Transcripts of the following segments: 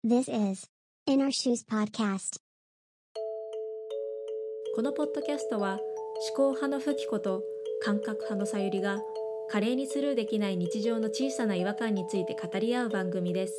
This is In Our Shoes Podcast. このポッドキャストは思考派のフキコと感覚派のさゆりが華麗にスルーできない日常の小さな違和感について語り合う番組です。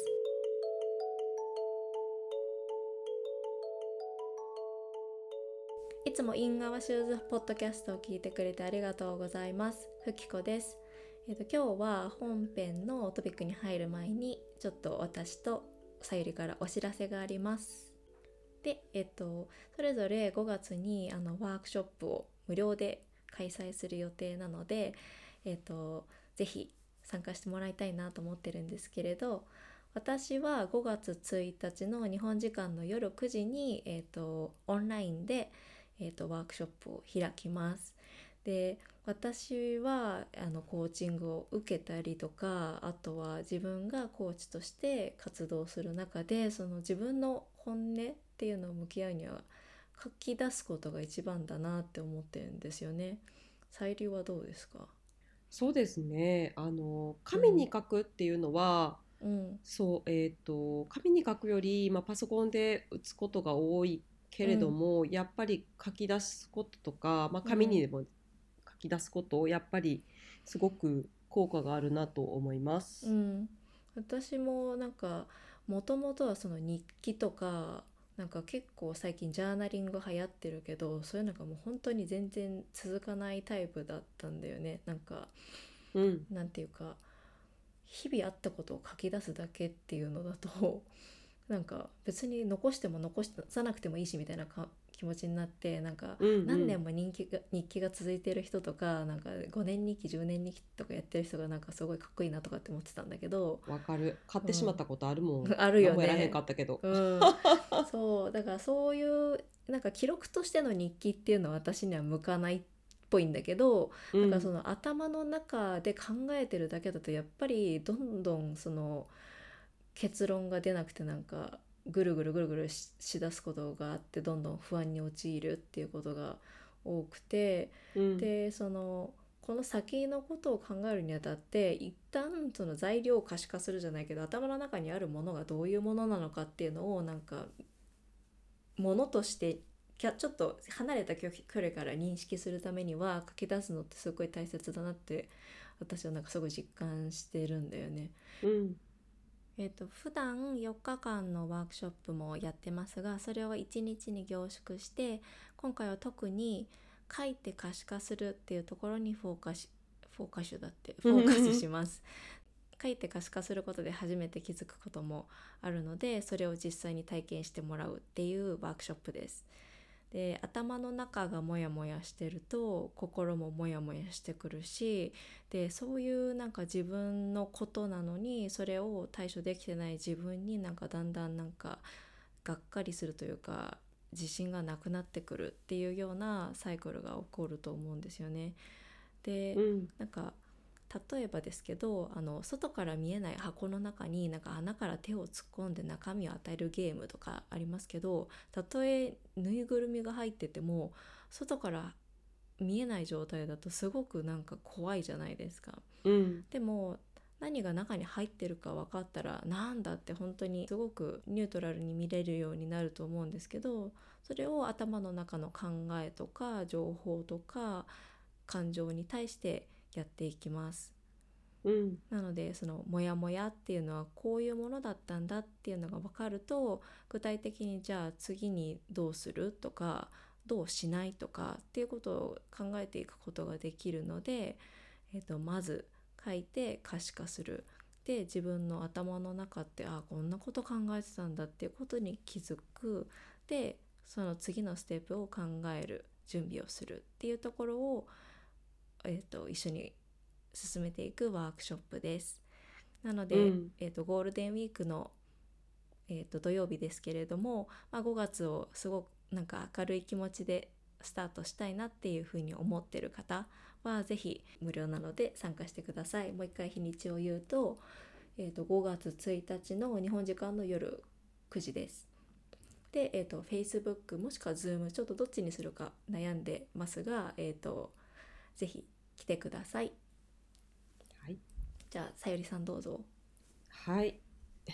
いつもインアワシューズポッドキャストを聞いてくれてありがとうございます。フキコです。今日は本編のトピックに入る前にちょっと私とさゆりからお知らせがあります。で、それぞれ5月にワークショップを無料で開催する予定なので、ぜひ参加してもらいたいなと思ってるんですけれど、私は5月1日の日本時間の夜9時に、オンラインで、ワークショップを開きます。で、私はコーチングを受けたりとか、あとは自分がコーチとして活動する中で、その自分の本音っていうのを向き合うには書き出すことが一番だなって思ってるんですよね。さゆりはどうですか？ そうですね。紙に書くっていうのは、 うん、 紙に書くより、パソコンで打つことが多いけれどうん、 も、やっぱり書き出すこととか、 うん、 紙にでも書き出すことをやっぱりすごく効果があるなと思います。 うん。私ももともとはその日記とか結構最近ジャーナリング流行ってるけど、そういうのがもう本当に全然続かないタイプだったんだよね。 うん、 なんていうか、日々あったことを書き出すだけっていうのだと別に残しても残さなくてもいいしみたいな気持ちになって、 うん、うん、 何年も日記が続いてる人とか、5年日記10年日記とかやってる人がすごいかっこいいなとかって思ってたんだけど、 わかる。買ってしまっうん、 たことあるもん。 あるよ何もやらへんかね。 ったけど。 うん、そうだからそういう記録としての日記っていうのは私には向かないっぽいんだけど、 うん、 その頭の中で考えてるだけだとやっぱりどんどんその結論が出なくて、ぐるぐるぐるぐるしだすことがあって、どんどん不安に陥るっていうことが多くて、 うん、 でこの先のことを考えるにあたって一旦その材料を可視化するじゃないけど、頭の中にあるものがどういうものなのかっていうのをものとしてちょっと離れた距離から認識するためには書き出すのってすごい大切だなって私はすごい実感してるんだよね。 うん、 普段4日間のワークショップもやってますが、それを1日に凝縮して、今回は特に書いて可視化するっていうところにフォーカスします。書いて可視化することで初めて気づくこともあるので、それを実際に体験してもらうっていうワークショップです。で、頭の中がモヤモヤしてると心もモヤモヤしてくるし、でそういう自分のことなのにそれを対処できてない自分にだんだんがっかりするというか、自信がなくなってくるっていうようなサイクルが起こると思うんですよね。で、 うん、 例えばですけど、外から見えない箱の中に穴から手を突っ込んで中身を与えるゲームとかありますけど、たとえぬいぐるみが入ってても外から見えない状態だとすごく怖いじゃないですか。 うん、 でも何が中に入ってるか分かったら、なんだって本当にすごくニュートラルに見れるようになると思うんですけど、それを頭の中の考えとか情報とか感情に対してやっていきます。 うん、 なのでそのモヤモヤっていうのはこういうものだったんだっていうのが分かると、具体的にじゃあ次にどうするとかどうしないとかっていうことを考えていくことができるので、まず書いて可視化する。で、自分の頭の中ってこんなこと考えてたんだっていうことに気づく。で、その次のステップを考える準備をするっていうところを、一緒に進めていくワークショップです。なので、 うん、 ゴールデンウィークの、土曜日ですけれども、5月をすごく明るい気持ちでスタートしたいなっていうふうに思ってる方はぜひ無料なので参加してください。もう一回日にちを言うと、5月1日の日本時間の夜9時です。で、Facebook もしくは Zoom、 ちょっとどっちにするか悩んでますが、ぜひ来てください。 はい。 じゃあさゆりさんどうぞ。 はい。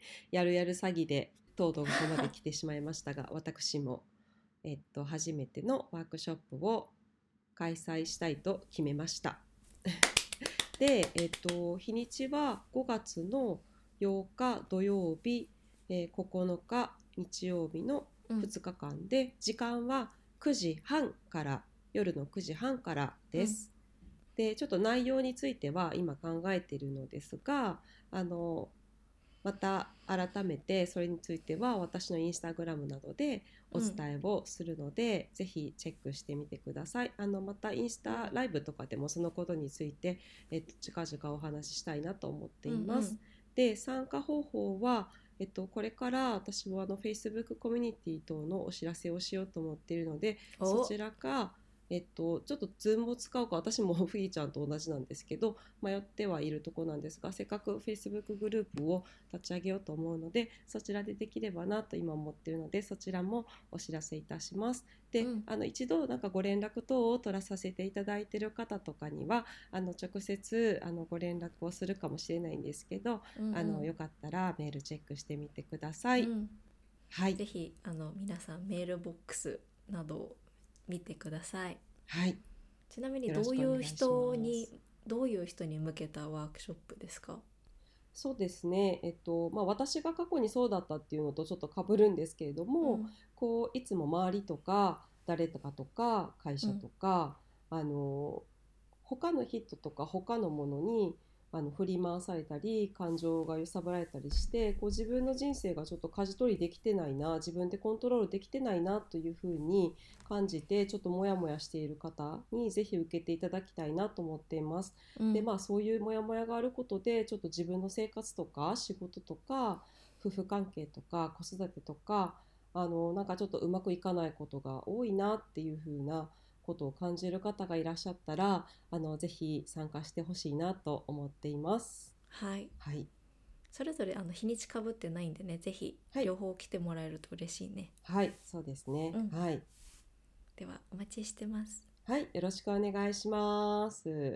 やるやる詐欺でとうとうここまで来てしまいましたが、私も、初めてのワークショップを開催したいと決めました。で、日にちは5月の8日土曜日、9日日曜日の2日間で、時間は9時半から夜の9時半からです。で、ちょっと内容については今考えているのですが、また改めてそれについては私のインスタグラムなどでお伝えをするので、ぜひチェックしてみてください。またインスタライブとかでもそのことについて、近々お話ししたいなと思っています。で、参加方法は、これから私もFacebook コミュニティ等のお知らせをしようと思っているので、そちらかちょっと Zoom を使うか、私もフギちゃんと同じなんですけど迷ってはいるところなんですが、せっかく Facebook グループを立ち上げようと思うので、そちらでできればなと今思っているので、そちらもお知らせいたします。で、一度なんかご連絡等を取らさせていただいている方とかには直接ご連絡をするかもしれないんですけど、よかったらメールチェックしてみてください。はい、 ぜひ皆さんメールボックスなどを見てください。 はい。 ちなみにどういう人に向けたワークショップですか？ そうですね、私が過去にそうだったっていうのとちょっと被るんですけれども、こういつも周りとか誰とか会社とか、他の人とか他のものに振り回されたり感情が揺さぶられたりして、こう自分の人生がちょっと舵取りできてないな、自分でコントロールできてないなというふうに感じて、ちょっとモヤモヤしている方にぜひ受けていただきたいなと思っています。で、そういうモヤモヤがあることでちょっと自分の生活とか仕事とか夫婦関係とか子育てとかなんかちょっとうまくいかないことが多いなっていうふうなことを感じる方がいらっしゃったらぜひ参加してほしいなと思っています。 はい、 はい、 それぞれ日にちかぶってないんでね、ぜひ両方来てもらえると嬉しいね。 はい、そうですね、はい。 ではお待ちしてます。 はい、よろしくお願いします。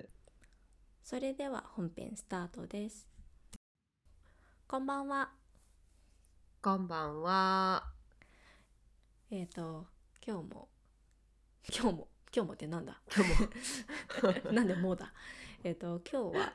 それでは本編スタートです。こんばんは。 こんばんは。 今日もってなんだ今日もなんでもうだ。今日は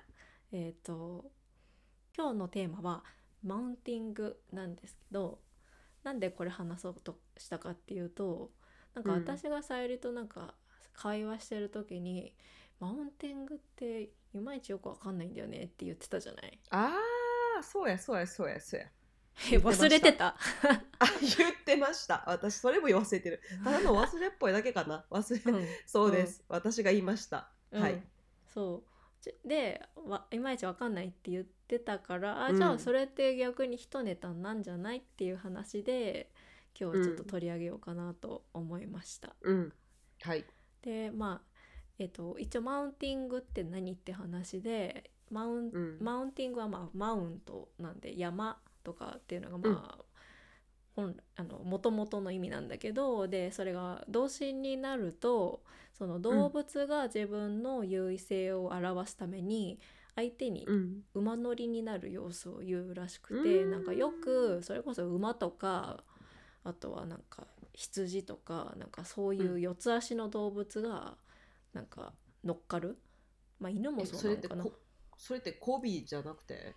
今日のテーマはマウンティングなんですけど、なんでこれ話そうとしたかっていうと、なんか私がさゆりとなんか会話してる時に、マウンティングっていまいちよくわかんないんだよねって言ってたじゃない。 そうや忘れてた言ってました。私それも忘れてる。ただの忘れっぽいだけかな。そうです、私が言いました。はい。 そうでいまいちわかんないって言ってたから、じゃあそれって逆に一ネタなんじゃないっていう話で今日はちょっと取り上げようかなと思いました。 はい。 で一応マウンティングって何って話で、マウンティングはマウントなんで山とかっていうのが元々の意味なんだけど、でそれが動詞になると、その動物が自分の優位性を表すために相手に馬乗りになる様子を言うらしくて、なんかよくそれこそ馬とか、あとはなんか羊とか、なんかそういう四つ足の動物がなんか乗っかる、犬もそうなのかな。 それってコビじゃなくて、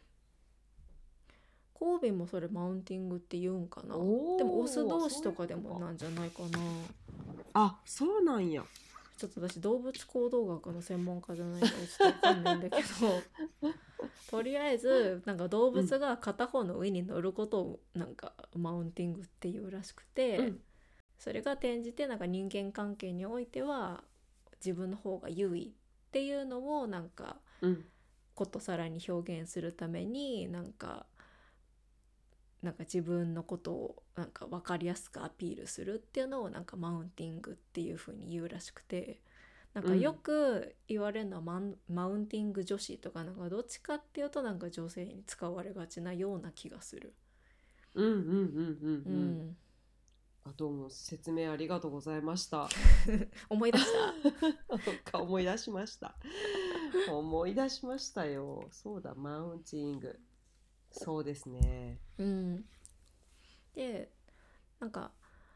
交尾もそれマウンティングって言うんかな。でもオス同士とかでもなんじゃないかな。 そうなんや。 ちょっと私動物行動学の専門家じゃないからちょっと分かんないんだけどとりあえずなんか動物が片方の上に乗ることをなんかマウンティングっていうらしくて、それが転じてなんか人間関係においては自分の方が優位っていうのをなんかことさらに表現するためになんか自分のことをなんか分かりやすくアピールするっていうのをなんかマウンティングっていう風に言うらしくて、なんかよく言われるのはマウンティング女子とか、なんかどっちかっていうとなんか女性に使われがちなような気がする。 どうも説明ありがとうございました思い出した思い出しましたよ。そうだ、マウンティング。 そうですね。 でなんか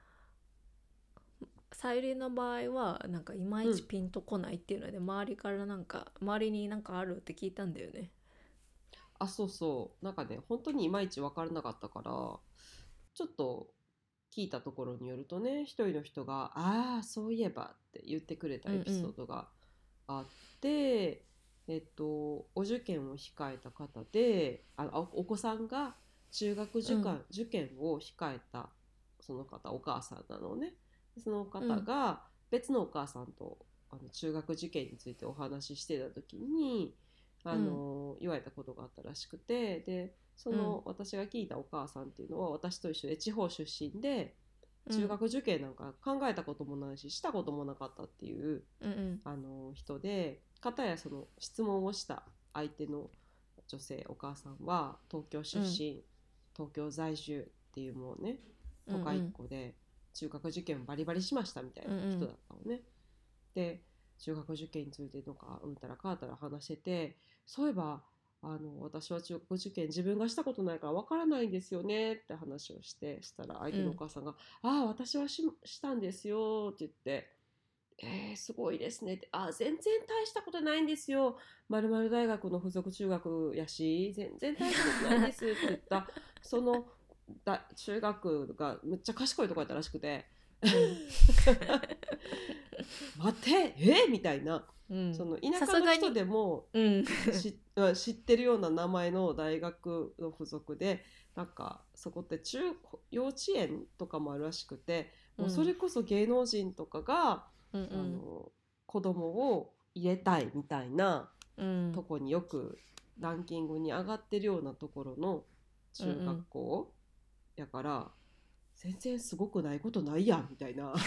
さゆりの場合はなんかいまいちピンとこないっていうので、周りからなんか周りになんかあるって聞いたんだよね。 そうそう。なんかね、本当にいまいち分からなかったから、ちょっと聞いたところによるとね、一人の人が「ああ、そういえば」って言ってくれたエピソードがあって、お受験を控えた方で、お子さんが中学受験を控えたその方、お母さんなのね。その方が別のお母さんと中学受験についてお話ししてた時に言われたことがあったらしくて、でその私が聞いたお母さんっていうのは私と一緒で地方出身で、中学受験なんか考えたこともないししたこともなかったっていう、人で、片やその質問をした相手の女性お母さんは東京出身、東京在住っていうもうね都会っ子で、中学受験バリバリしましたみたいな人だったのね。で中学受験についてとかうんたらかーたら話してて、そういえば私は中学受験自分がしたことないからわからないんですよねって話をしたら、相手のお母さんが「ああ私はしたんですよ」って言って「すごいですね」って「全然大したことないんですよ、〇〇大学の附属中学やし全然大したことないんです」って言ったその中学がむっちゃ賢いとこやったらしくて待ってみたいな、その田舎の人でも知ってるような名前の大学の附属で、なんかそこって幼稚園とかもあるらしくて、もうそれこそ芸能人とかが、子供を入れたいみたいなとこによくランキングに上がってるようなところの中学校やから、全然すごくないことないやんみたいな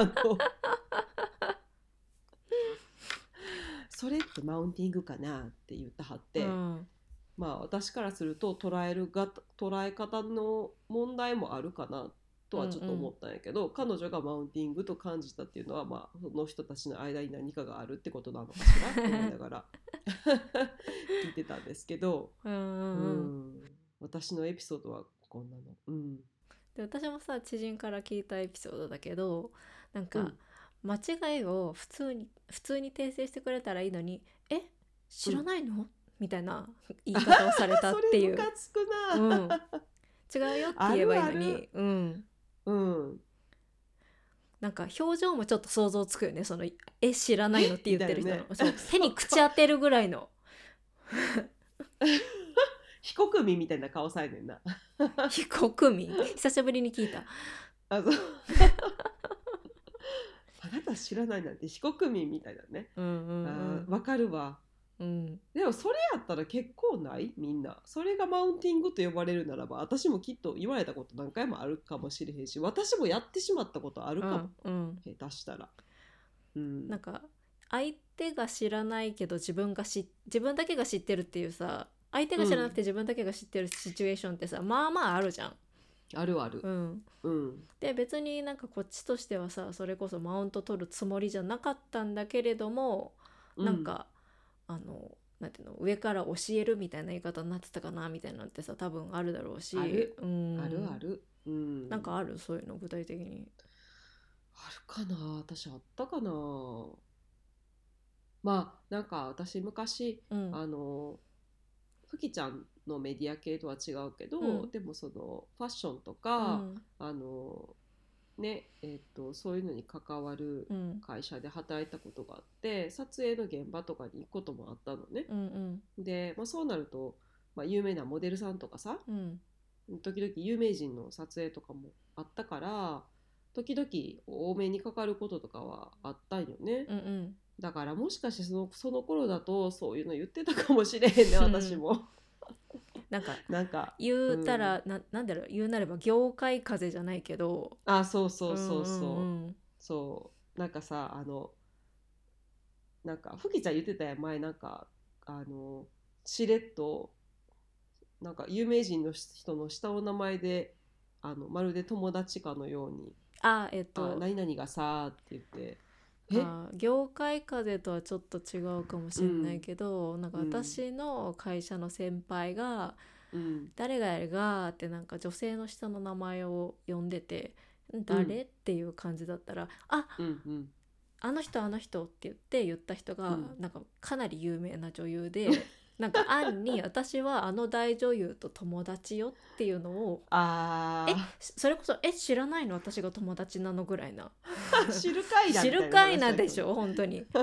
それってマウンティングかなって言ってはって、まあ私からすると捉え方の問題もあるかなとはちょっと思ったんやけど、彼女がマウンティングと感じたっていうのは、まあその人たちの間に何かがあるってことなのかしらと思いながら聞いてたんですけど、私のエピソードはこんなの。 で私もさ知人から聞いたエピソードだけど、なんか、間違いを普通に訂正してくれたらいいのに「え知らないのみたいな言い方をされたっていうそれムカつくな、 違うよって言えばいいのになんか表情もちょっと想像つくよね、その知らないのって言ってる人の、ね、そう手に口当てるぐらいの非国民みたいな顔さえねんな非国民久しぶりに聞いたそうあなた知らないなんて非国民みたいだね。わかるわ、でもそれやったら結構ないみんなそれがマウンティングと呼ばれるならば、私もきっと言われたこと何回もあるかもしれへんし、私もやってしまったことあるかも、下手したら、 なんか相手が知らないけど自分だけが知ってるっていうさ、相手が知らなくて自分だけが知ってるシチュエーションってさ、まあまああるじゃん。 あるある。 で別になんかこっちとしてはさ、それこそマウント取るつもりじゃなかったんだけれども、なんかなんていうの、上から教えるみたいな言い方になってたかなみたいなのってさ多分あるだろうし、 ある、ある、 なんかあるそういうの具体的に。 あるかな、私あったかな。まあなんか私昔、ふきちゃんのメディア系とは違うけど、でもそのファッションとか、そういうのに関わる会社で働いたことがあって、撮影の現場とかに行くこともあったのね。で、そうなると、有名なモデルさんとかさ、時々有名人の撮影とかもあったから、時々多めにかかることとかはあったんよね。だからもしかしてその頃だとそういうの言ってたかもしれへんね、私も。 なんか言うたら、なんだろう、言うなれば業界風じゃないけど、 そうそうなんかさ、なんかふきちゃん言ってたやん前、なんかしれっとなんか有名人の人の下の名前でまるで友達かのように何々がさって言って業界風とはちょっと違うかもしれないけど、なんか私の会社の先輩が誰々がってなんか女性の人の名前を呼んでて誰、っていう感じだったらあ、あの人って言った人が、なんかかなり有名な女優でなんか暗に私はあの大女優と友達よっていうのをそれこそ知らないの私が友達なのぐらいな知るかいな知るかいなでしょ本当に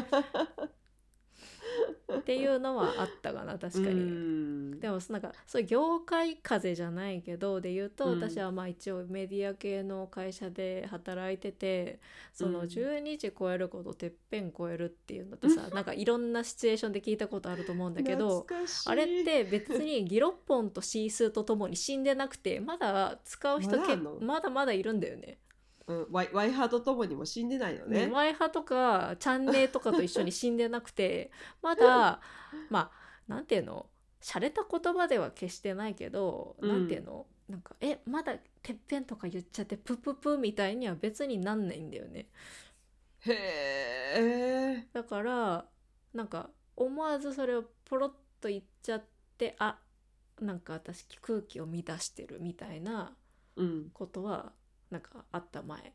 っていうのはあったかな確かに。でもなんかそういう業界風じゃないけどで言うと、私はまあ一応メディア系の会社で働いてて、その12時超えることてっぺん超えるっていうのってさ、なんかいろんなシチュエーションで聞いたことあると思うんだけどあれって別にギロッポンとシースーとともに死んでなくてまだ使う人まだまだいるんだよね。 ワイハーとともにも死んでないのね。 ワイハとかチャンネルとかと一緒に死んでなくてまだまあなんていうの洒落た言葉では決してないけど、なんていうのなんかまだてっぺんとか言っちゃってプププみたいには別になんないんだよね。 へえ。 だからなんか思わずそれをポロッと言っちゃってなんか私空気を乱してるみたいなことはなんかあった前。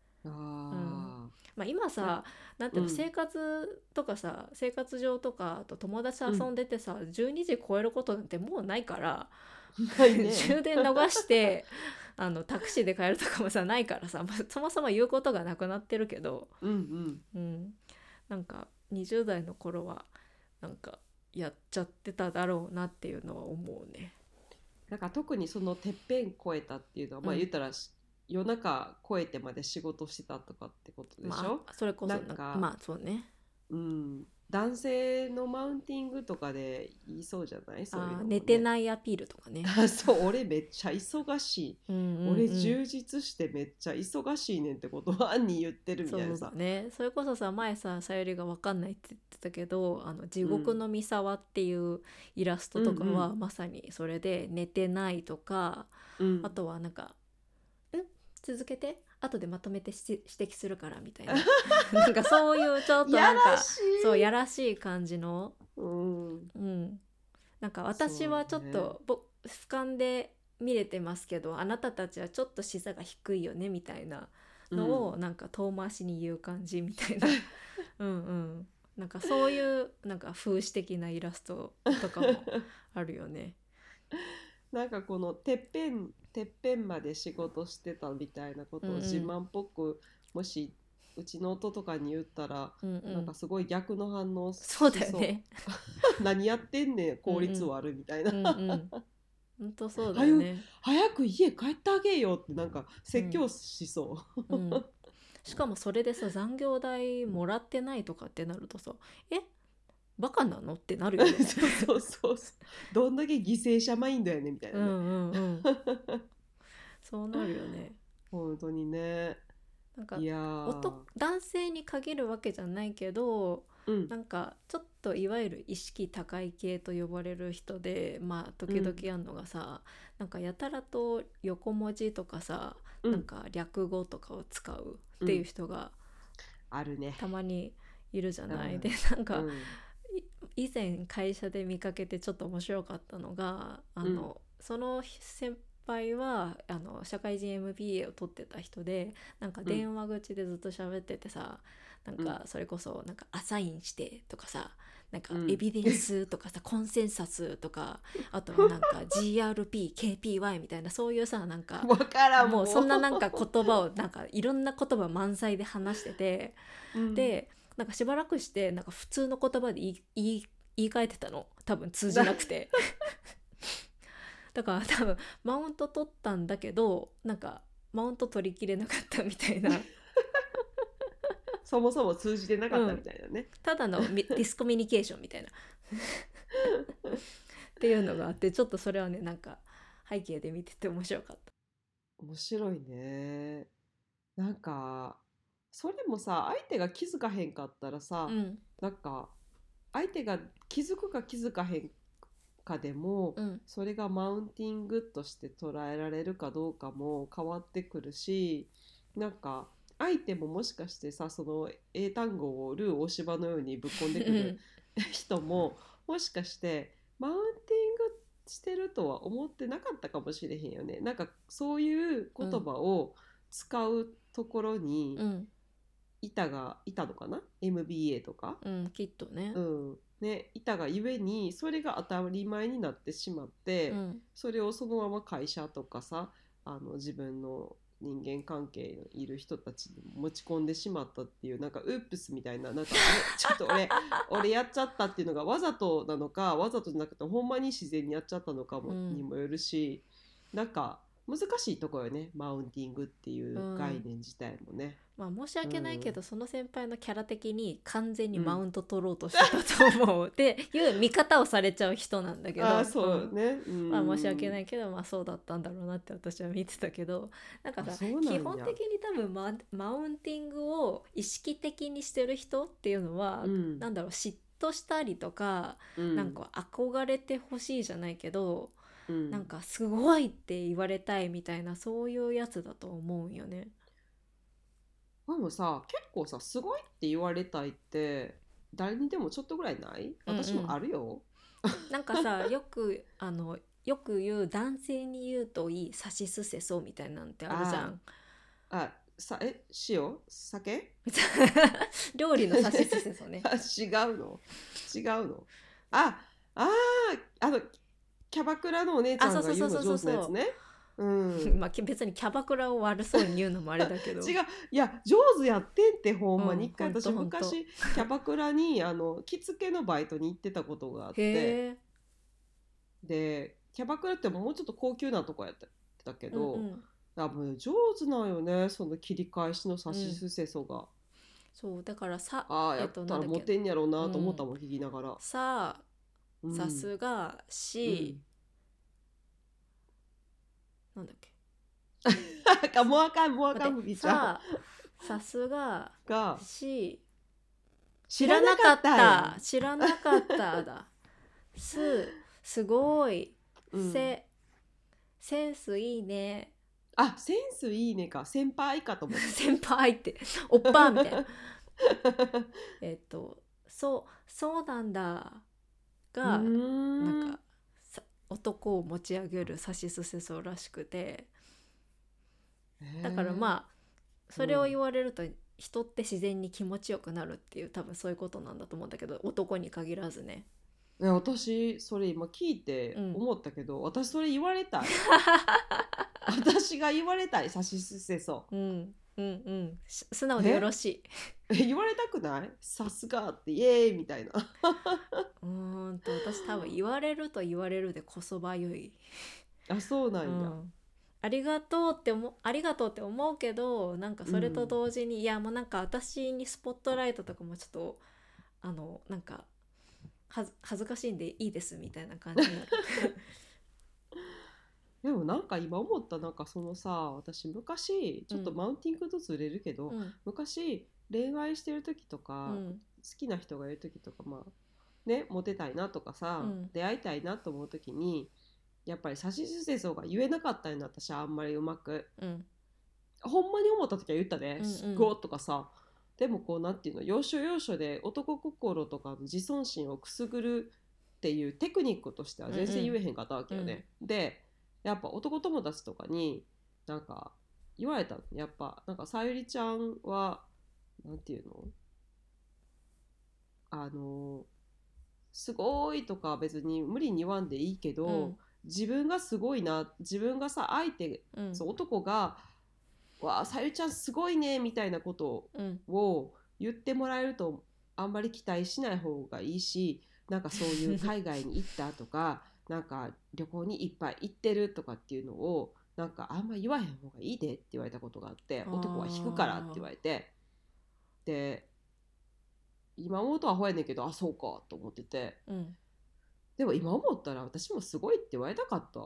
今さなんていうの、生活とかさ生活上とかあと友達と遊んでてさ、12時超えることなんてもうないから、終電逃してタクシーで帰るとかもさないからさ、そもそも言うことがなくなってるけど、なんか20代の頃はなんかやっちゃってただろうなっていうのは思うね。 なんか特にそのてっぺん越えたっていうのは、まあ言ったら夜中越えてまで仕事してたとかってことでしょ。 それこそなんかまあそうね、 男性のマウンティングとかで言いそうじゃない？そういうのもね、 寝てないアピールとかねそう俺めっちゃ忙しい、俺充実してめっちゃ忙しいねんってことは暗に言ってるみたいなさ。 そうね、それこそさ前ささゆりが分かんないって言ってたけど地獄の三沢っていうイラストとかはまさにそれで寝てないとか、あとはなんか続けて後でまとめて指摘するからみたいななんかそういうちょっとなんかそうやらしい感じの、なんか私はちょっと、俯瞰で見れてますけどあなたたちはちょっと視座が低いよねみたいなのを、なんか遠回しに言う感じみたいななんかそういうなんか風刺的なイラストとかもあるよね。 なんかこのてっぺんまで仕事してたみたいなことを自慢っぽく、もしうちの夫とかに言ったら、なんかすごい逆の反応しそう。 そうだよね何やってんねん効率悪いみたいな、 本当そうだよね。 早く家帰ってあげよってなんか説教しそう、 しかもそれでさ残業代もらってないとかってなるとさバカなのってなるよねそうどんだけ犠牲者マインドやねみたいなね、 そうなるよね。 本当にね。 なんか男性に限るわけじゃないけど、なんかちょっといわゆる意識高い系と呼ばれる人でまあ時々あるのがさ、なんかやたらと横文字とかさ、なんか略語とかを使うっていう人があるね、 たまにいるじゃない、でなんか、以前会社で見かけてちょっと面白かったのがその先輩は社会人 MBA を取ってた人でなんか電話口でずっと喋っててさ、なんかそれこそなんかアサインしてとかさなんかエビデンスとかさコンセンサスとかあとはなんか GRP、KPY みたいなそういうさなんかもうそんななんか言葉をなんかいろんな言葉満載で話してて、でなんかしばらくしてなんか普通の言葉で言い換えてたの多分通じなくてだから多分マウント取ったんだけどなんかマウント取りきれなかったみたいなそもそも通じてなかったみたいなね、 ただのディスコミュニケーションみたいなっていうのがあってちょっとそれはねなんか背景で見てて面白かった。 面白いね。なんかそれもさ相手が気づかへんかったらさ、なんか相手が気づくか気づかへんかでも、それがマウンティングとして捉えられるかどうかも変わってくるし、なんか相手ももしかしてさその英単語をルー大柴のようにぶっ込んでくる人ももしかしてマウンティングしてるとは思ってなかったかもしれへんよね。なんかそういう言葉を使うところにうんいたのかな、 MBA とか、 うんきっとね。 ね、いたがゆえにそれが当たり前になってしまって、 うんそれをそのまま会社とかさ、自分の人間関係にいる人たちに持ち込んでしまったっていう、なんかウープスみたいな、なんかちょっと俺やっちゃったっていうのがわざとなのかわざとじゃなくてほんまに自然にやっちゃったのかも、にもよるし、なんか難しいところよね、マウンティングっていう概念自体もね。 まあ、申し訳ないけど、その先輩のキャラ的に完全にマウント取ろうとしてたと思う、っていう見方をされちゃう人なんだけど、 そうね、 まあ、申し訳ないけど、まあ、そうだったんだろうなって私は見てたけど、なんかさ、 そうなんや基本的に多分マウンティングを意識的にしてる人っていうのは、なんだろう、嫉妬したりとか、なんか憧れてほしいじゃないけど、なんかすごいって言われたいみたいな、そういうやつだと思うんよね。 でもさ、結構さ、すごいって言われたいって誰にでもちょっとぐらいない？私もあるよ。 なんかさ、よく言う、男性に言うといいさしすせそみたいなんてあるじゃん。 塩酒料理のさしすせそね。 違うのああキャバクラのお姉ちゃんが言うの上手なやつね。 まあ別にキャバクラを悪そうに言うのもあれだけど違う、いや上手やってんって、ほんまに。一回私ほんと昔キャバクラに着付けのバイトに行ってたことがあって、でキャバクラってもうちょっと高級なとこやったけど、もう上手なんよね、その切り返しのさしすせそが。 そうだからさ、 やったらモテんやろうなと思ったもん、聞きながら。 さすがし、なんだっけもうあかんふぎちゃん。 さすがし、 知らなかっただ。すごい、センスいいね。 センスいいねか、先輩かと思った。 先輩っておっぱみたいなそうなんだが、なんか男を持ち上げるさしすせそらしくて、だからまあそれを言われると人って自然に気持ちよくなるっていう、多分そういうことなんだと思うんだけど、男に限らずね。 私それ今聞いて思ったけど、私それ言われたい私が言われたい、さしすせそ。 素直でよろしい言われたくない？さすがってイエーイみたいな私多分言われると言われるでこそばゆい。 そうなんや。 ありがとうって思うけど、なんかそれと同時に、いやもうなんか私にスポットライトとかもちょっとなんか恥ずかしいんでいいですみたいな感じになるでもなんか今思った、なんかそのさ、私昔ちょっとマウンティングとずれるけど、昔恋愛してる時とか、好きな人がいる時とか、まあね、モテたいなとかさ、出会いたいなと思う時にやっぱりさしすせそが言えなかったんだ、私はあんまりうまく、ほんまに思った時は言ったね、すっごーとかさ。でもこうなんていうの、要所要所で男心とかの自尊心をくすぐるっていうテクニックとしては全然言えへんかったわけよね。でやっぱ男友達とかになんか言われたの、やっぱなんかさゆりちゃんはなんていうの、すごいとか別に無理に言わんでいいけど、自分がすごいな、自分がさ相手、そう男がわあさゆりちゃんすごいねみたいなことを言ってもらえるとあんまり期待しない方がいいし、なんかそういう海外に行ったとかなんか旅行にいっぱい行ってるとかっていうのをなんかあんま言わへん方がいいでって言われたことがあって、男は引くからって言われて、で今思うとアホやねんけど、そうかと思ってて、でも今思ったら私もすごいって言われたかった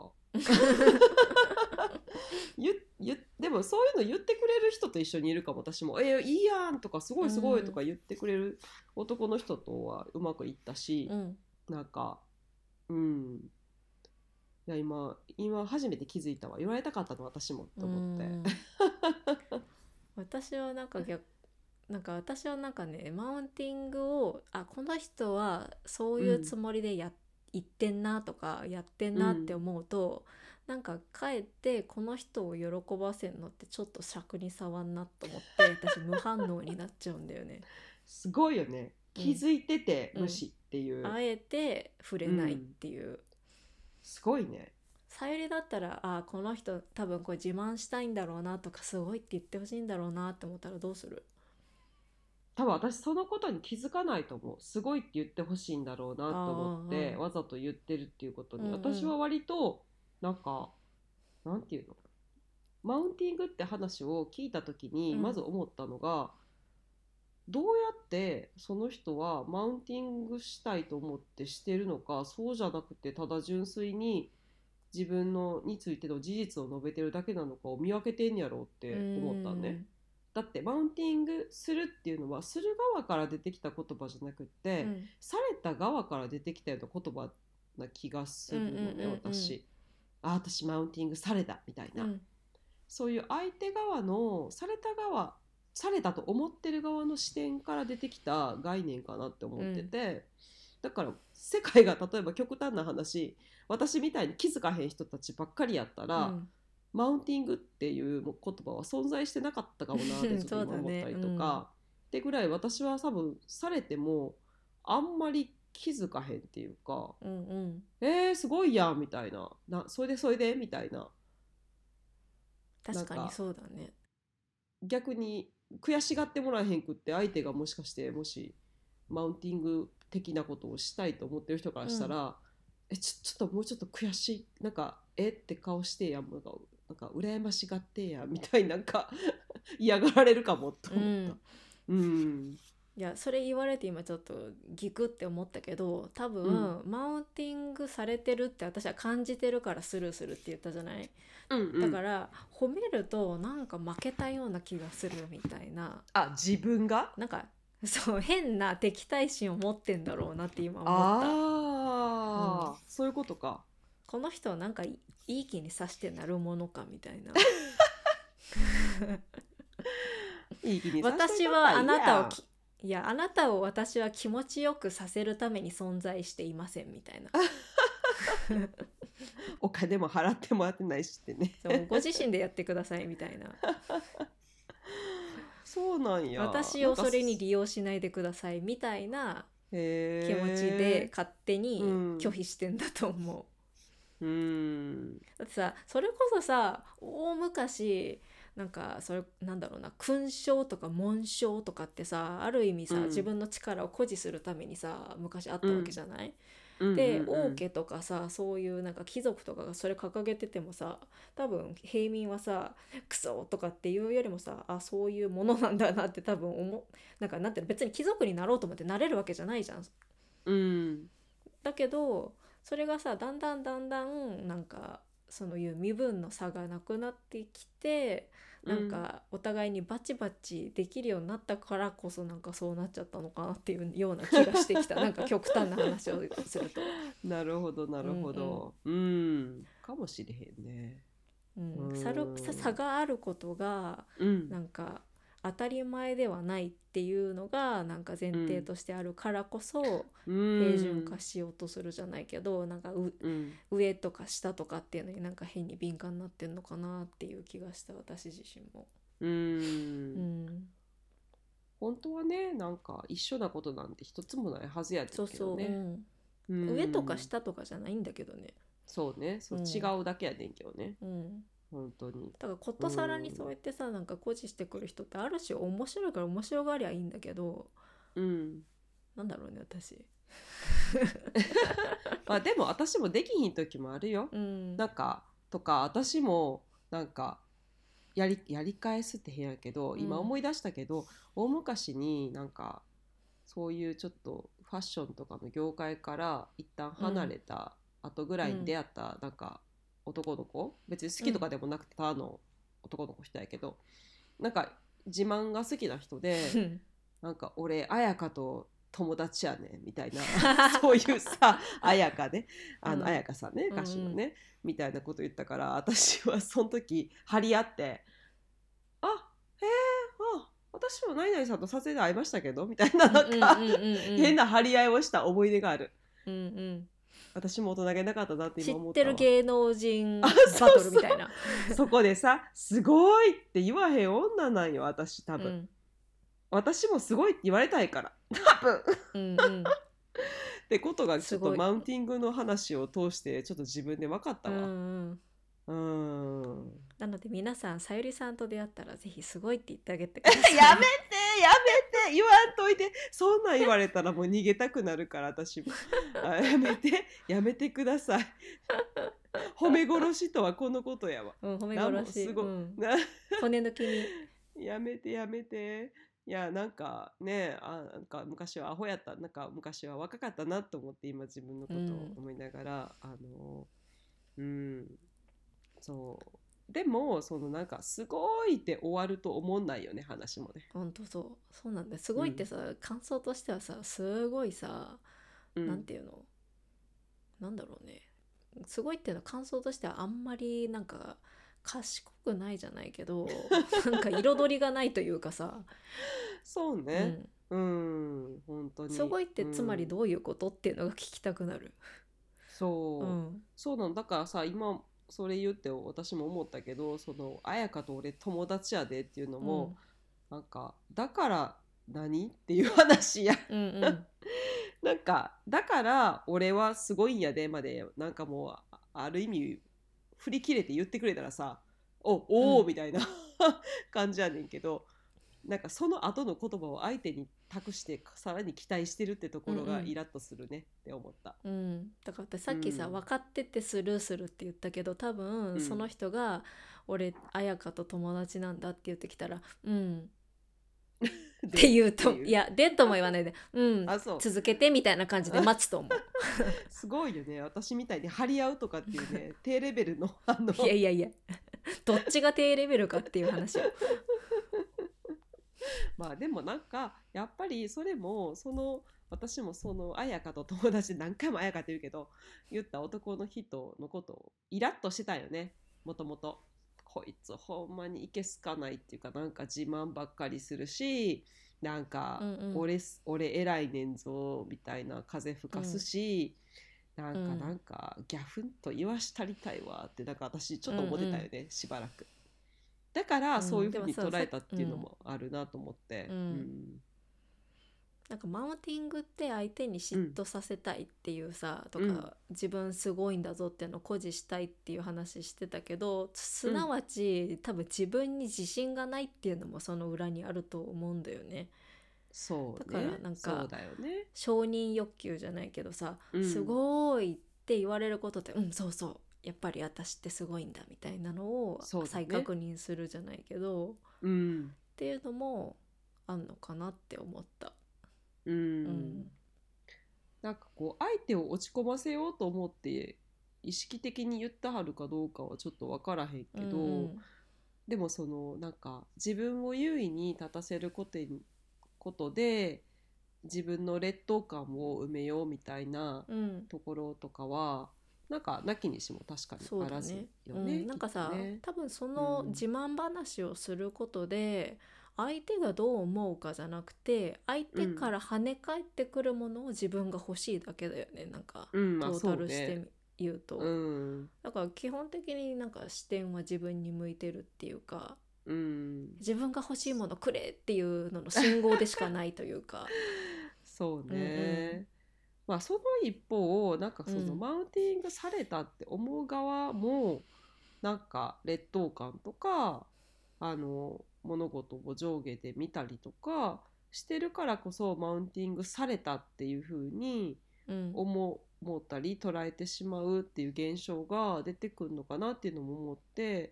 でもそういうの言ってくれる人と一緒にいるかも。私もいいやんとかすごいすごいとか言ってくれる男の人とはうまくいったし、なんかいや今初めて気づいたわ、言われたかったの私もと思って私はなんか私はなんかね、マウンティングをこの人はそういうつもりで言言ってんなとかやってんなって思うと、なんかかえってこの人を喜ばせるのってちょっと尺に触んなと思って私無反応になっちゃうんだよね。 すごいよね。気づいてて無視っていう、 あえて触れないっていう、 すごいね。 さゆりだったらこの人多分これ自慢したいんだろうなとかすごいって言ってほしいんだろうなって思ったらどうする？ 多分私そのことに気づかないと思う。すごいって言ってほしいんだろうなと思ってわざと言ってるっていうことに、私は割となんかなんていうの、マウンティングって話を聞いた時にまず思ったのが、どうやってその人はマウンティングしたいと思ってしてるのか、そうじゃなくてただ純粋に自分のについての事実を述べてるだけなのかを見分けてんやろうって思ったね。だってマウンティングするっていうのはする側から出てきた言葉じゃなくって、された側から出てきたような言葉な気がするのね、私。私マウンティングされたみたいな、そういう相手側のされた側、されたと思ってる側の視点から出てきた概念かなって思ってて、だから世界が例えば極端な話、私みたいに気づかへん人たちばっかりやったら、マウンティングっていう言葉は存在してなかったかもなってちょっと今思ったりとか、ってぐらい私は多分されてもあんまり気づかへんっていうか、すごいやんみたいな、それでみたいな。 確かにそうだね。 逆に悔しがってもらえへんくって、相手がもしかしてもしマウンティング的なことをしたいと思ってる人からしたら、ちょっともうちょっと悔しい、なんかって顔してやん、なんか羨ましがってやみたいな、なんか嫌がられるかもと思った。 いやそれ言われて今ちょっとギクって思ったけど、多分、マウンティングされてるって私は感じてるからスルーするって言ったじゃない、だから褒めるとなんか負けたような気がするみたいな、 自分がなんかそう変な敵対心を持ってんだろうなって今思った。 そういうことか。 この人はなんかいい気にさしてなるものかみたいな。 いい気にさせ私はあなたをあなたを私は気持ちよくさせるために存在していませんみたいな。 お金も払ってもらってないしってね。 そうご自身でやってくださいみたいな。 そうなんや。 私をそれに利用しないでくださいみたいな気持ちで勝手に拒否してんだと思う。だってさ、それこそさ、大昔なんかそれなんだろうな、勲章とか紋章とかってさ、ある意味さ、自分の力を誇示するためにさ昔あったわけじゃない、で王家とかさ、そういうなんか貴族とかがそれ掲げててもさ、多分平民はさクソとかっていうよりもさ、そういうものなんだなって多分なんかなんていうの、別に貴族になろうと思ってなれるわけじゃないじゃん。だけどそれがさ、だんだんなんかそういう身分の差がなくなってきて、なんかお互いにバチバチできるようになったからこそ、なんかそうなっちゃったのかなっていうような気がしてきた。なんか極端な話をすると。 なるほどなるほど。かもしれへんね。 差があることが、なんか当たり前ではないっていうのがなんか前提としてあるからこそ、平準化しようとするじゃないけど、なんか上とか下とかっていうのになんか変に敏感になってんのかなっていう気がした、私自身も。 本当はね、なんか一緒なことなんて一つもないはずやけどね。 上とか下とかじゃないんだけどね。 そうね、違うだけやねんけどね。本当に。 だからことさらにそうやってさ、なんか誇示してくる人ってある種面白いから面白がりゃいいんだけど、なんだろうね私。 でも私もできひん時もあるよ。なんかとか私もなんかやり返すって変やけど、今思い出したけど、大昔になんかそういうちょっとファッションとかの業界から一旦離れた後ぐらいに出会ったなんか男の子、別に好きとかでもなくてただの男の子人やけど、なんか自慢が好きな人でなんか俺綾香と友達やねみたいなそういうさ、綾香ね、綾香さんね、歌手のね、みたいなこと言ったから、私はその時張り合って、私も何々さんと撮影で会いましたけどみたいな、なんか変な張り合いをした思い出がある。 私も大人げなかったなって知今思ったわ。 ってる芸能人あバトルみたいな。 そこでさすごいって言わへん女なんよ私多分、 うん私もすごいって言われたいから多分うんうんってことがちょっとすごいマウンティングの話を通してちょっと自分で分かったうんわ。 うんなので皆さんさゆりさんと出会ったらぜひすごいって言ってあげてください。 やめて言わんといて、そんなん言われたらもう逃げたくなるから私もやめてください。褒め殺しとはこのことやわ。 うん、褒めなんも殺し、 すごい、 うん、 な骨抜きに。 やめていやなんかねなんか昔はアホやったなんか昔は若かったなと思って今自分のことを思いながら、うんそうでもそのなんかすごいって終わると思んないよね話もね。 ほんとそうなんだよ。すごいってさ、感想としてはさすごいさ、なんていうのなんだろうね、すごいっていうのは感想としてはあんまりなんか賢くないじゃないけどなんか彩りがないというかさ、 そうね。本当に。 すごいってつまりどういうことっていうのが聞きたくなる。 そうなんだからさ今それ言って私も思ったけどその綾香と俺友達やでっていうのも、なんかだから何っていう話やなんかだから俺はすごいんやでまでなんかもうある意味振り切れて言ってくれたらさおみたいな感じやねんけど、なんかその後の言葉を相手に託してさらに期待してるってところがイラッとするねって思った。 だから私さっきさ、分かっててスルーするって言ったけど多分その人が俺綾香と友達なんだって言ってきたらって言うといやでとも言わないで続けてみたいな感じで待つと思う。 すごいよね私みたいに張り合うとかっていうね低レベルのいやどっちが低レベルかっていう話よ。 まあでもなんかやっぱりそれも私もその綾香と友達で何回も綾香って言うけど言った男の人のことをイラッとしてたよね。もともとこいつほんまにいけすかないっていうかなんか自慢ばっかりするしなんか俺偉いねんぞみたいな風吹かすし、なんかギャフンと言わしたりたいわってなんか私ちょっと思ってたよね、しばらく。だからそういう風に捉えたっていうのもあるなと思って、 なんかマウンティングって相手に嫉妬させたいっていうさ、とか自分すごいんだぞっていうのを誇示したいっていう話してたけどすなわち、多分自分に自信がないっていうのもその裏にあると思うんだよね。 そうだからなんかそうだよね、 承認欲求じゃないけどさ、すごいって言われることってそうやっぱり私ってすごいんだみたいなのを再確認するじゃないけど、っていうのもあんのかなって思った。 なんかこう相手を落ち込ませようと思って意識的に言ってはるかどうかはちょっと分からへんけど、でもそのなんか自分を優位に立たせることで自分の劣等感を埋めようみたいなところとかは、なんかなきにしも確かにあらずよね。 なんかさ、多分その自慢話をすることで、相手がどう思うかじゃなくて相手から跳ね返ってくるものを自分が欲しいだけだよね。なんか、トータルして言うと、だから基本的になんか視点は自分に向いてるっていうか、自分が欲しいものくれっていうのの信号でしかないというかそうね、まあその一方なんかそのマウンティングされたって思う側もなんか劣等感とか物事を上下で見たりとかしてるからこそマウンティングされたっていう風に思ったり捉えてしまうっていう現象が出てくるのかなっていうのも思って、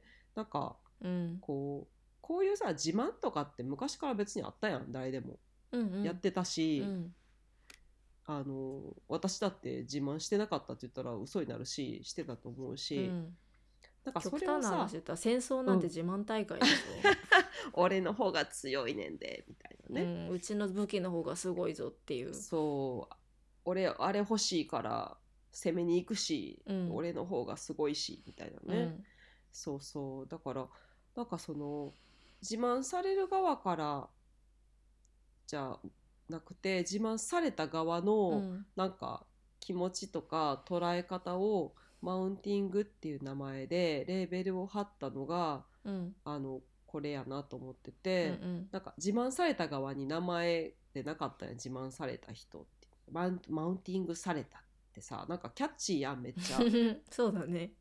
なんかこういうさ自慢とかって昔から別にあったやん、誰でもやってたし、私だって自慢してなかったって言ったら嘘になるししてたと思うし、なんかそれをさ、 極端な話言ったら戦争なんて自慢大会でしょ、 俺の方が強いねんでみたいなね、 うちの武器の方がすごいぞっていう、 そう俺あれ欲しいから攻めに行くし、俺の方がすごいしみたいなね、そうだからなんかその自慢される側からじゃなくて自慢された側のなんか気持ちとか捉え方をマウンティングっていう名前でレーベルを貼ったのがうんこれやなと思ってうんうて、 んなんか自慢された側に名前でなかったね、自慢された人ってマウンティングされたってさ、なんかキャッチーやんめっちゃそうだね。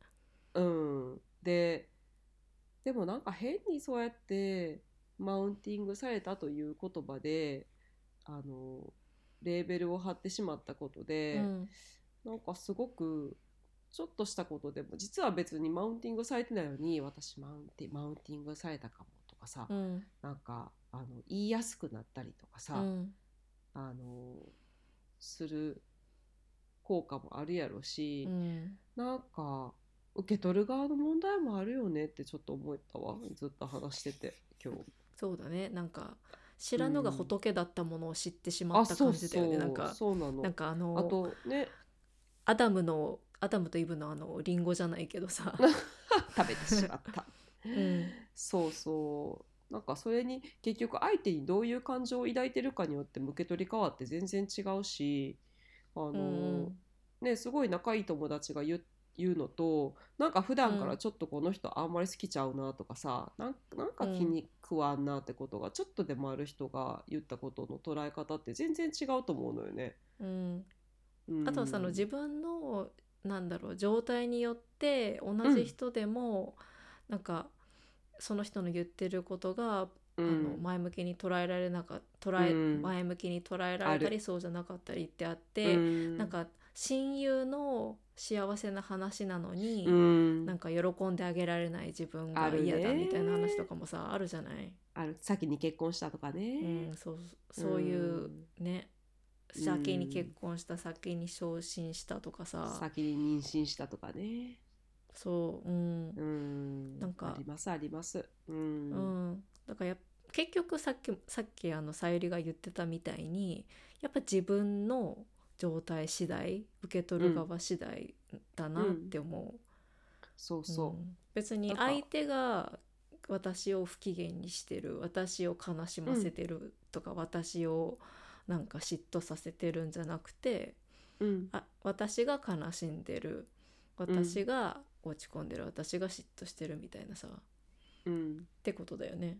でもなんか変にそうやってマウンティングされたという言葉であのレーベルを貼ってしまったことで、 うんなんかすごくちょっとしたことでも実は別にマウンティングされてないのに、私マウンティングされたかもとかさ、 うんなんか言いやすくなったりとかさ、 うんあのする効果もあるやろし、 うんなんか受け取る側の問題もあるよねってちょっと思ったわ、ずっと話してて今日。 そうだね。なんか知らぬがうん仏だったものを知ってしまったそう感じだよね。 そうそうなの。 なんかあとねアダムとイブのリンゴじゃないけどさ食べてしまったうんそうそうなんかそれに結局相手にどういう感情を抱いてるかによって受け取り変わって全然違うし、 うんすごい仲いい友達が言うのと、なんか普段からちょっとこの人あんまり好きちゃうなとかさ、なんか気に食わんなってことがちょっとでもある人が言ったことの捉え方って全然違うと思うのよね。 うんうんあとはその自分の状態によって同じ人でも、なんかその人の言ってることが、前向きに捉えられなか前向きに捉えられたりそうじゃなかったりってあって、なんか親友の幸せな話なのに、なんか喜んであげられない自分が嫌だみたいな話とかもさあるじゃない。 先に結婚したとかね、 そういうね、先に結婚した、先に昇進したとかさ、 先に妊娠したとかね。 そうなんかありますあります。 だから結局さっきさゆりが言ってたみたいに、やっぱ自分の状態次第、受け取る側次第だなって思う。 そうそう、 別に相手が私を不機嫌にしてる、私を悲しませてるとか、私をなんか嫉妬させてるんじゃなくて、私が悲しんでる、私が落ち込んでる、私が嫉妬してるみたいなさ、ってことだよね。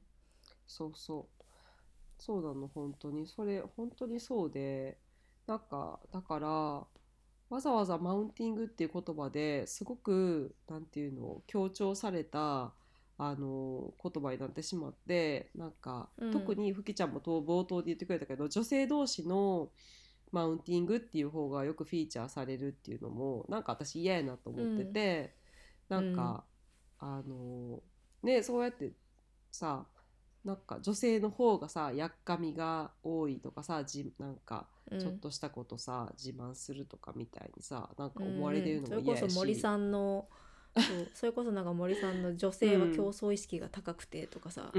そうなの、本当にそれ本当にそうで、なんかだからわざわざマウンティングっていう言葉ですごくなんていうの強調された言葉になってしまって、なんか、特にふきちゃんも冒頭で言ってくれたけど、女性同士のマウンティングっていう方がよくフィーチャーされるっていうのもなんか私嫌やなと思ってて、なんかそうやってさ、なんか女性の方がさやっかみが多いとかさ、なんかちょっとしたことさ、自慢するとかみたいにさ、なんか思われてるのも嫌やし、 それこそ森さんのそれこそなんか森さんの女性は競争意識が高くてとかさ、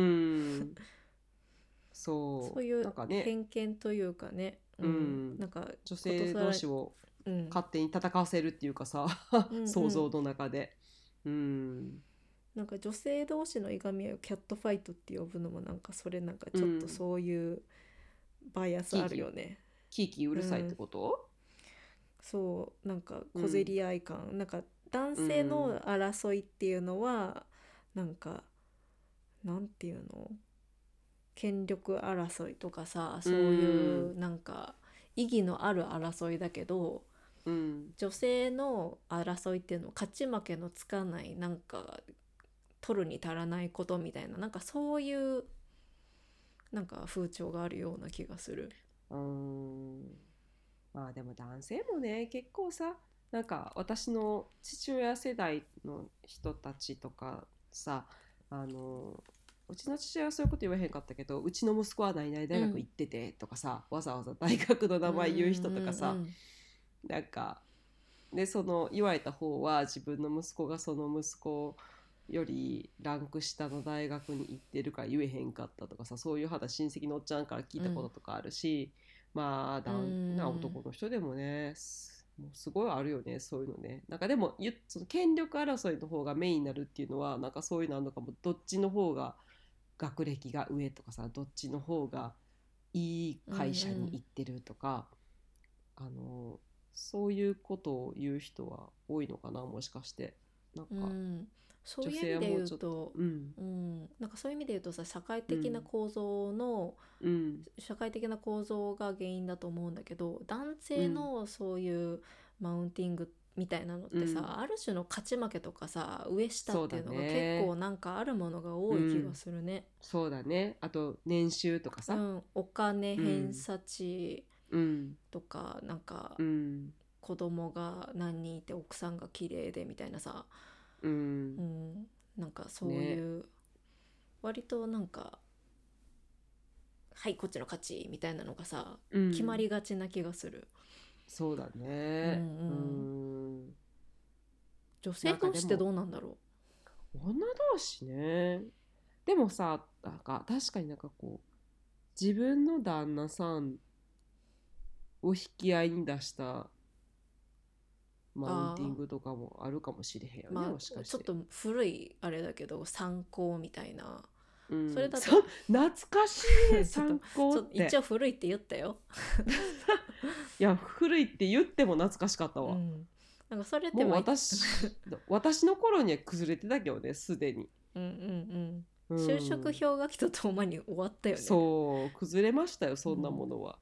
そういうなんかね、 偏見というかね、なんか女性同士を勝手に戦わせるっていうかさ、想像の中で、 なんか女性同士のいがみ合いをキャットファイトって呼ぶのもなんかそれなんかちょっとそういうバイアスあるよね。 キーキーうるさいってこと、 そうなんか小競り合い感、なんか男性の争いっていうのはなんかなんていうの、権力争いとかさ、そういうなんか意義のある争いだけど、女性の争いっていうのは勝ち負けのつかない、なんか取るに足らないことみたいな、なんかそういうなんか風潮があるような気がする。 まあでも男性もね結構さ、なんか私の父親世代の人たちとかさ、うちの父親はそういうこと言わへんかったけど、うちの息子は何々大学行っててとかさ、わざわざ大学の名前言う人とかさ、なんかでその言われた方は自分の息子がその息子よりランク下の大学に行ってるから言えへんかったとかさ、そういう話親戚のおっちゃんから聞いたこととかあるし、まあ男の人でもねもうすごいあるよね、そういうのね。なんかでもその権力争いの方がメインになるっていうのはなんかそういうのあるのかも。どっちの方が学歴が上とかさ、どっちの方がいい会社に行ってるとか、 そういうことを言う人は多いのかな、もしかして。なんか、 そういう女性意味で言うはもうちょっと、 と、なんかそういう意味で言うとさ、社会的な構造が原因だと思うんだけど、男性のそういうマウンティングみたいなのってさ、ある種の勝ち負けとかさ、上下っていうのが結構なんかあるものが多い気がするね。 そうだね。あと年収とかさ、 お金偏差値とか、なんか子供が何人いて奥さんが綺麗でみたいなさ、なんかそういう、割となんかはいこっちの勝ちみたいなのがさ、決まりがちな気がする。 そうだね。 女性同士ってどうなんだろう。女同士ね。でもさ、なんか確かになんかこう自分の旦那さんを引き合いに出したマウンティングとかもあるかもしれへんよね、もしかして。 ちょっと古いあれだけど参考みたいな、 それだと懐かしいね参考って。 一応古いって言ったよいや古いって言っても懐かしかったわ。 なんかそれってもう私の頃には崩れてたけどね、すでに。 就職氷河期とともに終わったよね。 そう崩れましたよ、そんなものは。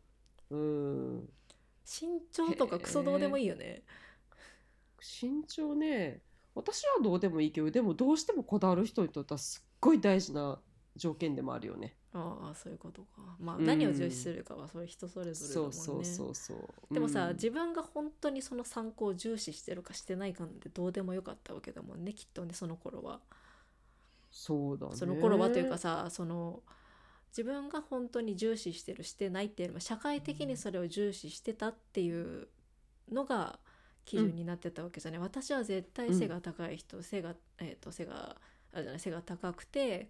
身長とかクソどうでもいいよね。 身長ね、私はどうでもいいけど、でもどうしてもこだわる人にとってはすっごい大事な条件でもあるよね。 ああ、そういうことか。まあ、何を重視するかはそれ人それぞれだもんね。でもさ、自分が本当にその参考を重視してるかしてないかなんてどうでもよかったわけだもんね、きっとね、その頃は。 そうだね。 その頃はというかさ、自分が本当に重視してるしてないっていうよりも、社会的にそれを重視してたっていうのが基準になってたわけじゃない。私は絶対背が高い人、背が高くて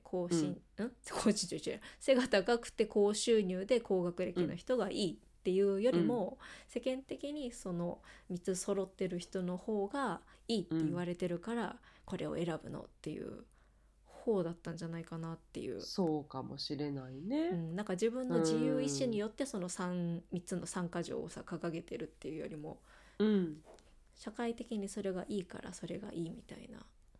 背が高くて高収入で高学歴の人がいいっていうよりも、世間的にその3つ揃ってる人の方がいいって言われてるから、これを選ぶのっていう方だったんじゃないかなっていう。 そうかもしれないね。 なんか自分の自由意志によってその 3つの参加条をさ掲げてるっていうよりも、社会的にそれがいいからそれがいいみたいな。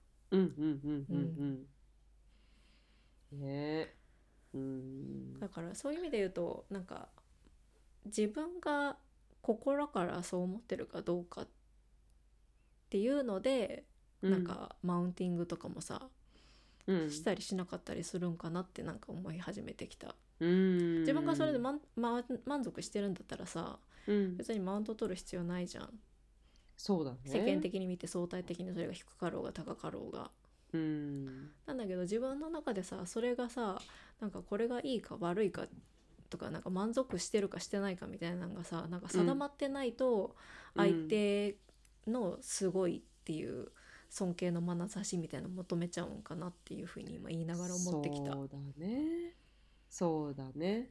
ね。 だからそういう意味で言うと、なんか自分が心からそう思ってるかどうかっていうので、なんかマウンティングとかもさ、したりしなかったりするんかなってなんか思い始めてきた。自分がそれで満足してるんだったらさ、別にマウント取る必要ないじゃん。 そうだね。 世間的に見て相対的にそれが低かろうが高かろうが。なんだけど自分の中でさ、それがさ、なんかこれがいいか悪いかとか、なんか満足してるかしてないかみたいなのがさ、なんか定まってないと、相手のすごいっていう尊敬の眼差しみたいなの求めちゃうんかなっていうふうに今言いながら思ってきた。 そうだね。そうだね。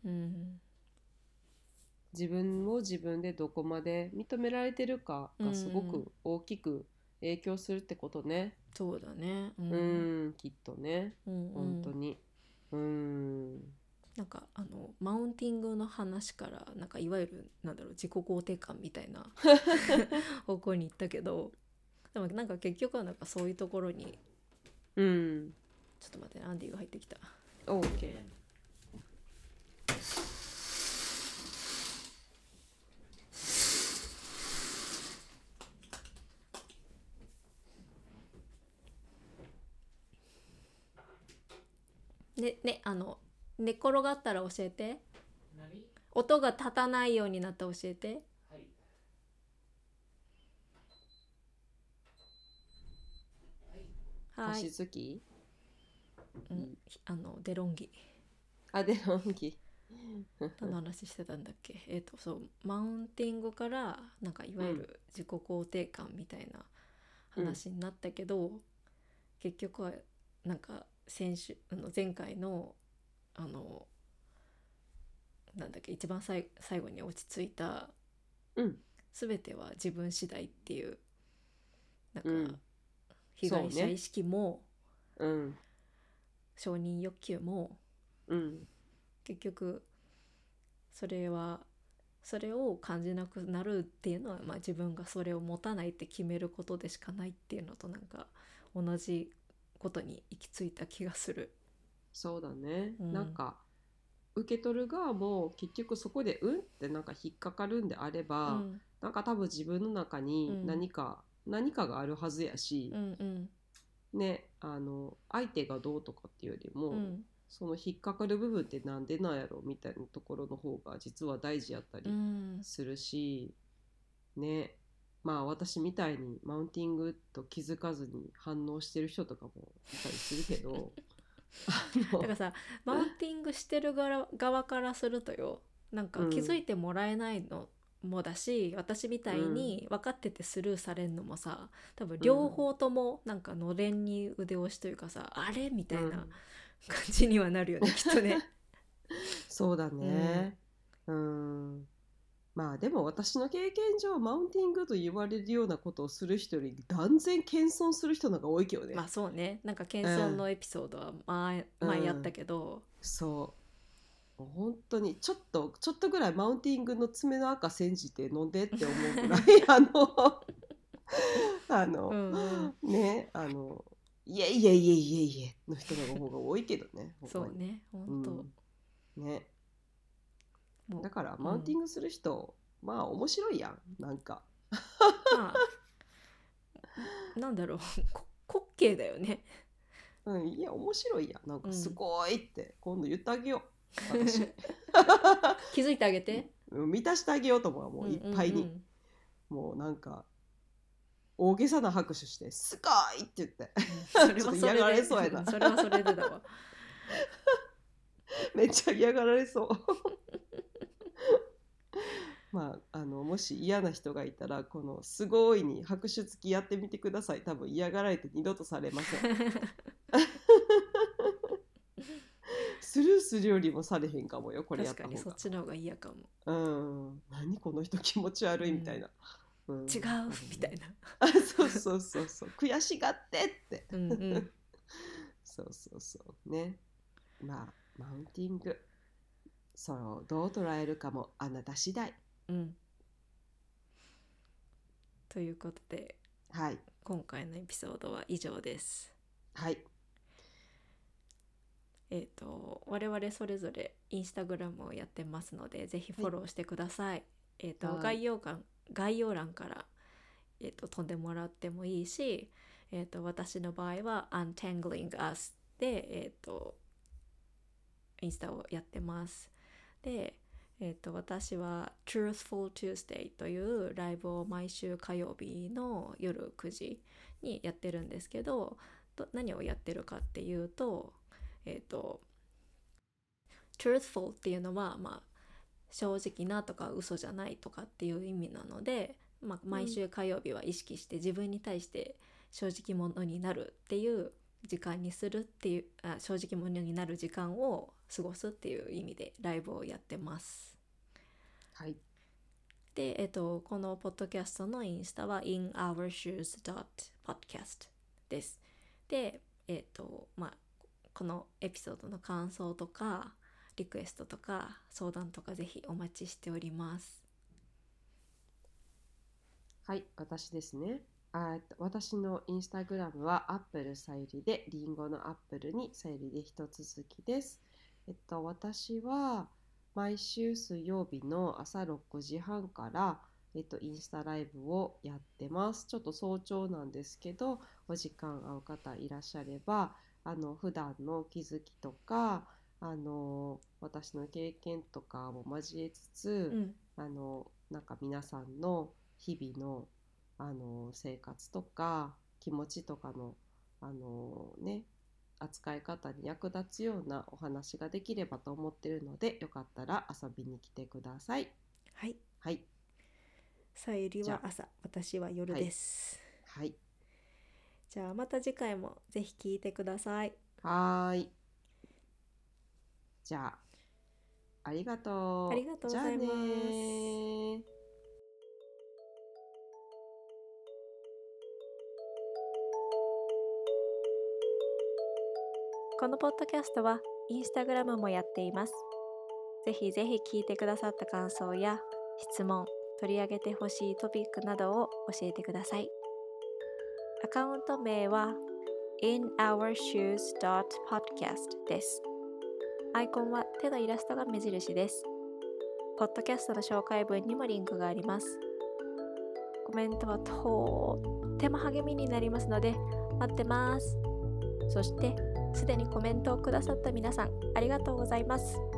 自分を自分でどこまで認められてるかがすごく大きく影響するってことね。 そうだね。 きっとね。本当に。 なんかマウンティングの話からなんかいわゆる自己肯定感みたいな方向に行ったけど、でもなんか結局はなんかそういうところに、ちょっと待ってね、アンディが入ってきた。 OK。 寝転がったら教えて。音が立たないようになったら教えて。はい。 星月？ デロンギ。 デロンギ。 何の話してたんだっけ。そうマウンティングからなんかいわゆる自己肯定感みたいな話になったけど、結局はなんか前回のなんだっけ、一番最後に落ち着いた、全ては自分次第っていう、なんか、被害者意識も、承認欲求も、結局それはそれを感じなくなるっていうのは、自分がそれを持たないって決めることでしかないっていうのとなんか同じことに行き着いた気がする。 そうだね、 うんなんか受け取る側も結局そこでってなんか引っかかるんであれば、 うんなんか多分自分の中に何かがあるはずやし、 うんね、相手がどうとかっていうよりも、 うんその引っかかる部分ってなんでなんやろみたいなところの方が実は大事やったりうんするし、ね、まあ私みたいにマウンティングと気づかずに反応してる人とかもいたりするけどだからさ、マウンティングしてる側からするとよ、なんか気づいてもらえないのもだし、私みたいに分かっててスルーされるのもさ、多分両方ともなんかのれんに腕押しというかさ、あれみたいな感じにはなるよね、きっとね。 そうだね、まあでも私の経験上マウンティングと言われるようなことをする人より断然謙遜する人の方が多いけどね。 まあそうね、なんか謙遜のエピソードは前やったけど、 そう本当にちょっとぐらいマウンティングの爪の赤煎じて飲んでって思うぐらいねいえいえいえいえいえの人の方が多いけどね。 そうね、本当、 ね、 もうだからマウンティングする人、まあ面白いやん、なんかまあなんだろう滑稽だよね。 いや面白いやん、なんかすごいって今度言ってあげよう私気づいてあげて、 満たしてあげようと思う、もういっぱいに、もうなんか大げさな拍手してすごいって言ってそれちょっとはそれで嫌がられそうやなそれはそれでだわ。 めっちゃ嫌がられそうまあ、もし嫌な人がいたらこのすごいに拍手付きやってみてください。多分嫌がられて二度とされませんスルーするよりもされへんかもよ、これやった方が。 確かにそっちの方が嫌かも。 何この人気持ち悪いみたいな、 違うみたいなそう悔しがってってそうね。まあマウンティング、それをどう捉えるかもあなた次第。 ということで、 はい、 今回のエピソードは以上です。 はい。 我々それぞれインスタグラムをやってますので、ぜひフォローしてください。概要欄から、飛んでもらってもいいし、私の場合は Untangling Us で、インスタをやってます。で、私は Truthful Tuesday というライブを毎週火曜日の夜9時にやってるんですけど、何をやってるかっていうと、truthful っていうのは、正直なとか嘘じゃないとかっていう意味なので、毎週火曜日は意識して自分に対して正直者になるっていう時間にするっていう、正直者になる時間を過ごすっていう意味でライブをやってます。 はい。 で、このポッドキャストのインスタは inourshoes.podcast です。で、このエピソードの感想とかリクエストとか相談とかぜひお待ちしております。 はい、私ですね。私のインスタグラムはアップルさゆりで、リンゴのアップルにさゆりで一続きです。私は毎週水曜日の朝6時半から、インスタライブをやってます。ちょっと早朝なんですけど、お時間合う方いらっしゃれば、普段の気づきとか、私の経験とかも交えつつ、なんか皆さんの日々の、生活とか気持ちとかの、扱い方に役立つようなお話ができればと思っているので、よかったら遊びに来てください。 はい。 はい。 さゆりは朝、私は夜です。 はい。 じゃあまた次回もぜひ聞いてください。 はい。じゃあ、ありがとう。 ありがとうございます。 じゃあね。 このポッドキャストはインスタグラムもやっています。ぜひぜひ聞いてくださった感想や質問、取り上げてほしいトピックなどを教えてください。アカウント名は inourshoes.podcast です。アイコンは手のイラストが目印です。ポッドキャストの紹介文にもリンクがあります。コメントはとっても励みになりますので待ってます。そしてすでにコメントをくださった皆さんありがとうございます。